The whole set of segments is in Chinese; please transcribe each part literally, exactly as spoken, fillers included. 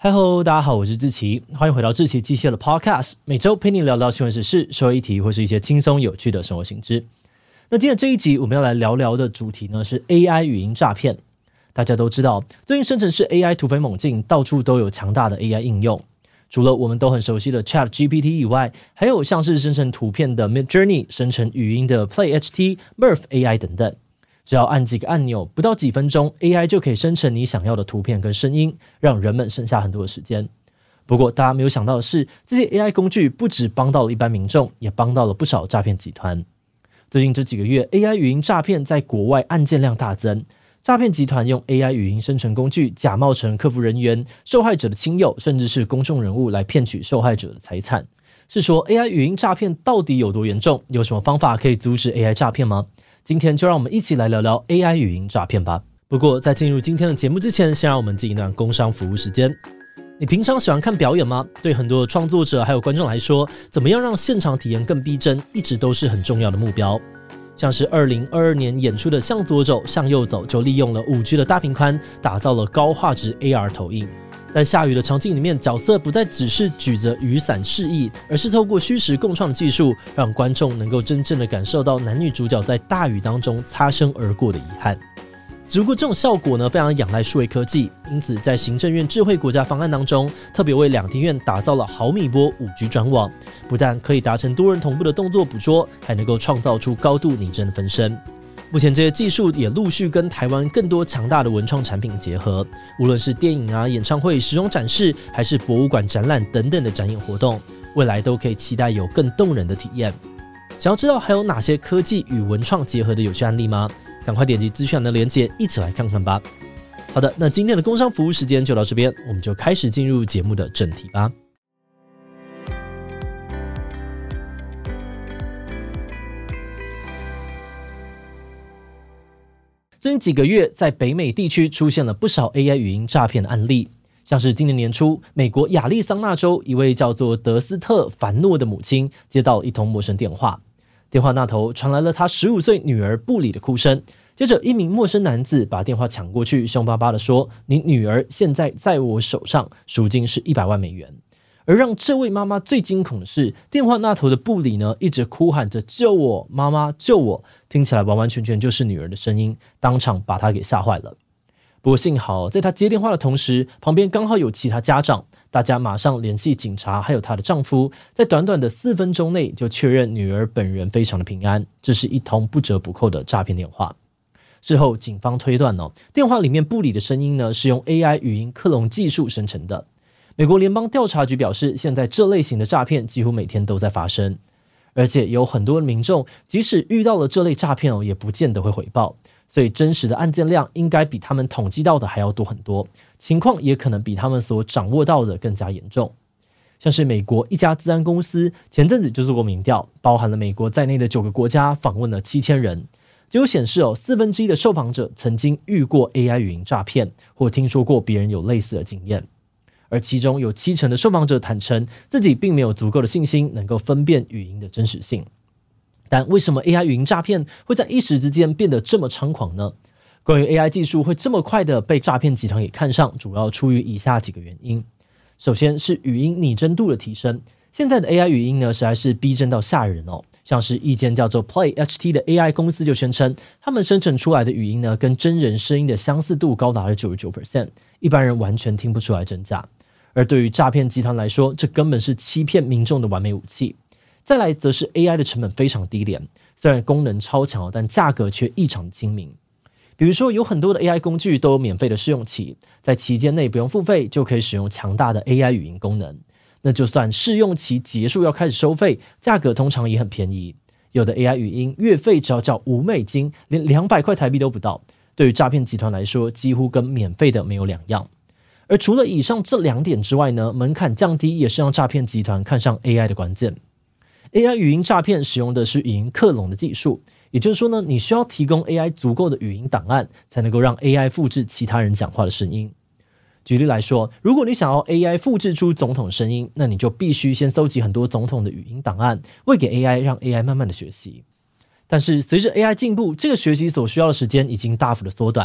Hello， 大家好，我是志祺，欢迎回到志祺机械的 Podcast， 每周陪你聊聊新闻时事、社会议题或是一些轻松有趣的生活新知。那今天这一集我们要来聊聊的主题呢是 A I 语音诈骗。大家都知道，最近生成式 A I 突飞猛进，到处都有强大的 A I 应用。除了我们都很熟悉的 Chat G P T 以外，还有像是生成图片的 Midjourney、生成语音的 Play H T、Mirth A I 等等。只要按几个按钮，不到几分钟 A I 就可以生成你想要的图片跟声音，让人们省下很多的时间。不过大家没有想到的是，这些 A I 工具不只帮到了一般民众，也帮到了不少诈骗集团。最近这几个月 A I 语音诈骗在国外案件量大增，诈骗集团用 A I 语音生成工具假冒成客服人员、受害者的亲友，甚至是公众人物来骗取受害者的财产。是说 A I 语音诈骗到底有多严重？有什么方法可以阻止 A I 诈骗吗？今天就让我们一起来聊聊 A I 语音诈骗吧。不过在进入今天的节目之前，先让我们进一段工商服务时间。你平常喜欢看表演吗？对很多创作者还有观众来说，怎么样让现场体验更逼真，一直都是很重要的目标。像是二零二二年演出的向左走向右走，就利用了 五 G 的大频宽，打造了高画质 A R 投影。在下雨的场景里面，角色不再只是举着雨伞示意，而是透过虚实共创的技术，让观众能够真正的感受到男女主角在大雨当中擦身而过的遗憾。只不过这种效果呢，非常仰赖数位科技，因此在行政院智慧国家方案当中，特别为两厅院打造了毫米波 五 G 专网，不但可以达成多人同步的动作捕捉，还能够创造出高度拟真的分身。目前这些技术也陆续跟台湾更多强大的文创产品结合，无论是电影啊、演唱会、时装展示，还是博物馆展览等等的展演活动，未来都可以期待有更动人的体验。想要知道还有哪些科技与文创结合的有趣案例吗？赶快点击资讯栏的连结，一起来看看吧。好的，那今天的工商服务时间就到这边，我们就开始进入节目的正题吧。最近几个月，在北美地区出现了不少 A I 语音诈骗的案例，像是今年年初，美国亚利桑那州一位叫做德斯特·凡诺的母亲接到一通陌生电话，电话那头传来了她十五岁女儿布里的哭声。接着，一名陌生男子把电话抢过去，凶巴巴地说：“你女儿现在在我手上，赎金是一百万美元。”而让这位妈妈最惊恐的是，电话那头的布里呢，一直哭喊着救我，妈妈救我，听起来完完全全就是女儿的声音，当场把她给吓坏了。不过幸好在她接电话的同时，旁边刚好有其他家长，大家马上联系警察还有她的丈夫，在短短的四分钟内就确认女儿本人非常的平安，这是一通不折不扣的诈骗电话。事后警方推断哦，电话里面布里的声音呢是用 A I 语音克隆技术生成的。美国联邦调查局表示，现在这类型的诈骗几乎每天都在发生，而且有很多的民众即使遇到了这类诈骗哦，也不见得会回报，所以真实的案件量应该比他们统计到的还要多很多，情况也可能比他们所掌握到的更加严重。像是美国一家资安公司前阵子就做过民调，包含了美国在内的九个国家，访问了七千人。结果显示哦，四分之一的受访者曾经遇过 A I 语音诈骗，或听说过别人有类似的经验。而其中有七成的受访者坦诚自己并没有足够的信心能够分辨语音的真实性。但为什么 A I 语音诈骗会在一时之间变得这么猖狂呢？关于 A I 技术会这么快的被诈骗集团给看上，主要出于以下几个原因。首先是语音拟真度的提升，现在的 A I 语音呢实在是逼真到吓人哦。像是一间叫做 Play H T 的 A I 公司就宣称，他们生成出来的语音呢跟真人声音的相似度高达了 百分之九十九， 一般人完全听不出来真假。而对于诈骗集团来说，这根本是欺骗民众的完美武器。再来则是 A I 的成本非常低廉，虽然功能超强，但价格却异常亲民。比如说有很多的 A I 工具都有免费的试用期，在期间内不用付费就可以使用强大的 A I 语音功能。那就算试用期结束要开始收费，价格通常也很便宜，有的 A I 语音月费只要缴五美金，连两百块台币都不到，对于诈骗集团来说几乎跟免费的没有两样。而除了以上这两点之外呢，门槛降低也是让诈骗集团看上 A I 的关键。A I 语音诈骗使用的是语音克隆的技术，也就是说呢，你需要提供 A I 足够的语音档案，才能够让 A I 复制其他人讲话的声音。举例来说，如果你想要 A I 复制出总统声音，那你就必须先搜集很多总统的语音档案，喂给 A I， 让 A I 慢慢的学习。但是随着 A I 进步，这个学习所需要的时间已经大幅的缩短。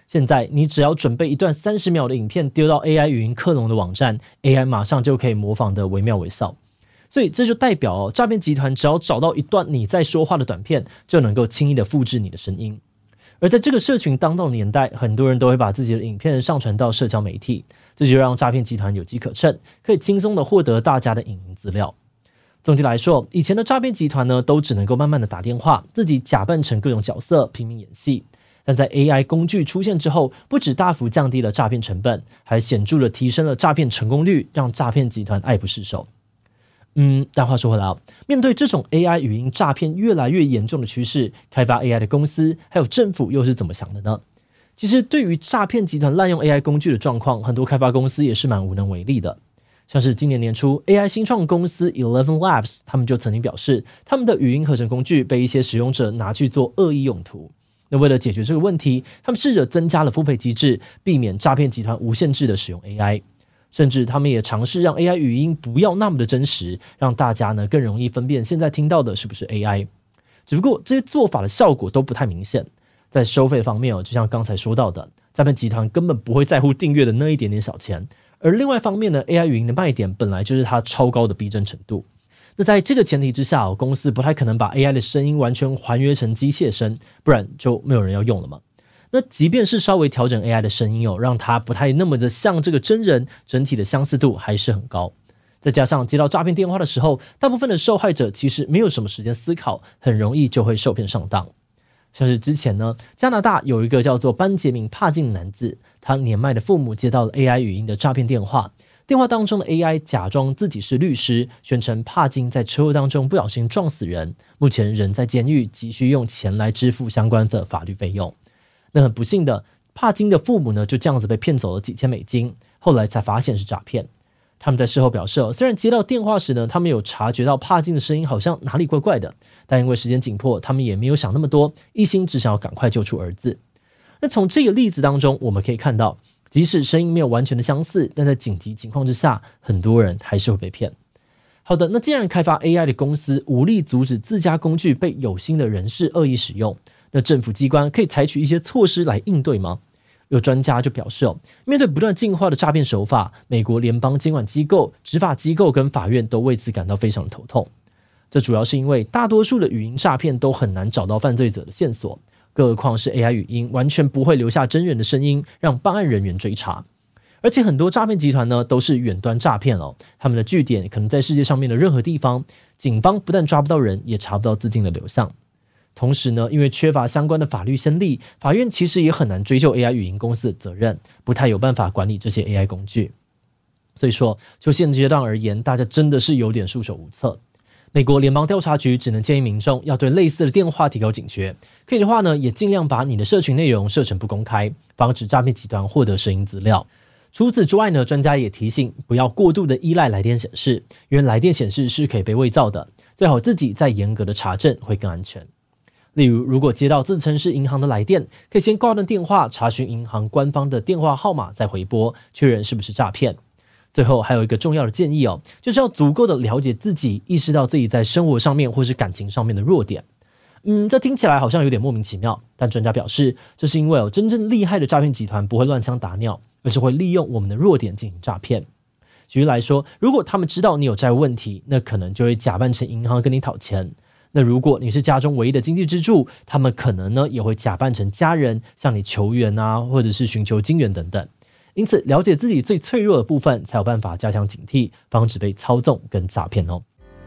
现在你只要准备一段三十秒的影片丢到 A I 语音克隆的网站， A I 马上就可以模仿得惟妙惟肖。所以这就代表哦，诈骗集团只要找到一段你在说话的短片，就能够轻易的复制你的声音。而在这个社群当道的年代，很多人都会把自己的影片上传到社交媒体，这就让诈骗集团有机可乘，可以轻松的获得大家的影音资料。总体来说，以前的诈骗集团呢，都只能够慢慢的打电话，自己假扮成各种角色，拼命演戏。但在 A I 工具出现之后，不只大幅降低了诈骗成本，还显著的提升了诈骗成功率，让诈骗集团爱不释手。嗯，但话说回来，面对这种 A I 语音诈骗越来越严重的趋势，开发 A I 的公司还有政府又是怎么想的呢？其实对于诈骗集团滥用 A I 工具的状况，很多开发公司也是蛮无能为力的。像是今年年初 A I 新创公司 Eleven Labs 他们就曾经表示，他们的语音合成工具被一些使用者拿去做恶意用途。那为了解决这个问题，他们试着增加了付费机制，避免诈骗集团无限制的使用 A I。甚至他们也尝试让 A I 语音不要那么的真实，让大家呢更容易分辨现在听到的是不是 A I。 只不过这些做法的效果都不太明显。在收费方面哦，就像刚才说到的，诈骗集团根本不会在乎订阅的那一点点小钱。而另外一方面呢， A I 语音的卖点本来就是它超高的逼真程度。那在这个前提之下哦，公司不太可能把 A I 的声音完全还原成机械声，不然就没有人要用了嘛。那即便是稍微调整 A I 的声音哦，让它不太那么的像这个真人，整体的相似度还是很高。再加上接到诈骗电话的时候，大部分的受害者其实没有什么时间思考，很容易就会受骗上当。像是之前呢，加拿大有一个叫做班杰明·帕金的男子，他年迈的父母接到了 A I 语音的诈骗电话，电话当中的 A I 假装自己是律师，宣称帕金在车祸当中不小心撞死人，目前人在监狱，急需用钱来支付相关的法律费用。那很不幸的，帕金的父母呢就这样子被骗走了几千美金，后来才发现是诈骗。他们在事后表示哦，虽然接到电话时呢，他们有察觉到帕金的声音好像哪里怪怪的，但因为时间紧迫，他们也没有想那么多，一心只想要赶快救出儿子。那从这个例子当中，我们可以看到，即使声音没有完全的相似，但在紧急情况之下，很多人还是会被骗。好的，那既然开发 A I 的公司无力阻止自家工具被有心的人士恶意使用，那政府机关可以采取一些措施来应对吗？有专家就表示哦，面对不断进化的诈骗手法，美国联邦监管机构、执法机构跟法院都为此感到非常的头痛。这主要是因为大多数的语音诈骗都很难找到犯罪者的线索，更何况是 A I 语音完全不会留下真人的声音，让办案人员追查。而且很多诈骗集团呢都是远端诈骗哦，他们的据点可能在世界上面的任何地方，警方不但抓不到人，也查不到资金的流向。同时呢，因为缺乏相关的法律先例，法院其实也很难追究 A I 语音公司的责任，不太有办法管理这些 A I 工具。所以说，就现阶段而言，大家真的是有点束手无策。美国联邦调查局只能建议民众要对类似的电话提高警觉，可以的话呢，也尽量把你的社群内容设成不公开，防止诈骗集团获得声音资料。除此之外呢，专家也提醒不要过度的依赖来电显示，因为来电显示是可以被伪造的，最好自己再严格的查证会更安全。例如，如果接到自称是银行的来电，可以先挂断电话，查询银行官方的电话号码，再回拨，确认是不是诈骗。最后还有一个重要的建议哦，就是要足够的了解自己，意识到自己在生活上面或是感情上面的弱点。嗯，这听起来好像有点莫名其妙，但专家表示，这是因为哦，真正厉害的诈骗集团不会乱枪打鸟，而是会利用我们的弱点进行诈骗。举例来说，如果他们知道你有债务问题，那可能就会假扮成银行跟你讨钱。那如果你是家中唯一的经济支柱，他们可能呢也会假扮成家人向你求援啊，或者是寻求金援等等。因此，了解自己最脆弱的部分，才有办法加强警惕，防止被操纵跟诈骗哦。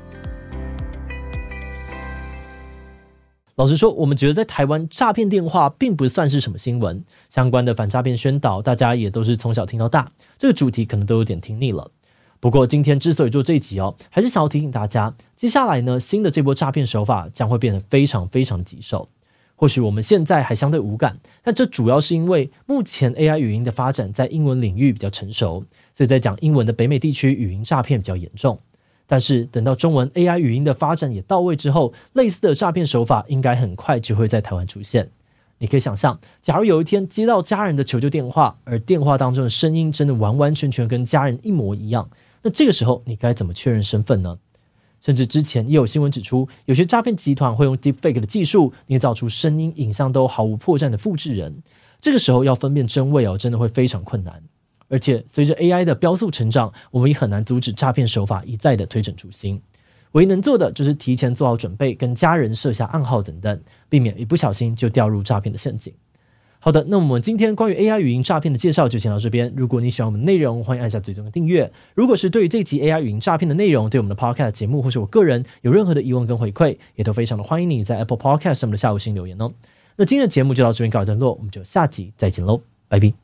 老实说，我们觉得在台湾诈骗电话并不算是什么新闻，相关的反诈骗宣导，大家也都是从小听到大，这个主题可能都有点听腻了。不过今天之所以做这一集哦，还是想要提醒大家，接下来呢，新的这波诈骗手法将会变得非常非常的棘手。或许我们现在还相对无感，但这主要是因为目前 A I 语音的发展在英文领域比较成熟，所以在讲英文的北美地区语音诈骗比较严重。但是等到中文 A I 语音的发展也到位之后，类似的诈骗手法应该很快就会在台湾出现。你可以想象，假如有一天接到家人的求救电话，而电话当中的声音真的完完全全跟家人一模一样，那这个时候你该怎么确认身份呢？甚至之前也有新闻指出，有些诈骗集团会用 deepfake 的技术捏造出声音、影像都毫无破绽的复制人， 这个时候要分辨真伪哦，真的会非常困难。而且随着 A I 的飙速成长，我们也很难阻止诈骗手法一再的推陈出新。唯一能做的就是提前做好准备，跟家人设下暗号等等，避免一不小心就掉入诈骗的陷阱。好的，那我们今天关于 A I 语音诈骗的介绍就先到这边。如果你喜欢我们的内容，欢迎按下追踪跟订阅。如果是对于这集 A I 语音诈骗的内容，对我们的 Podcast 节目或是我个人有任何的疑问跟回馈，也都非常的欢迎你在 Apple Podcast 上面的下午星留言哦。那今天的节目就到这边告一段落，我们就下集再见喽，拜拜。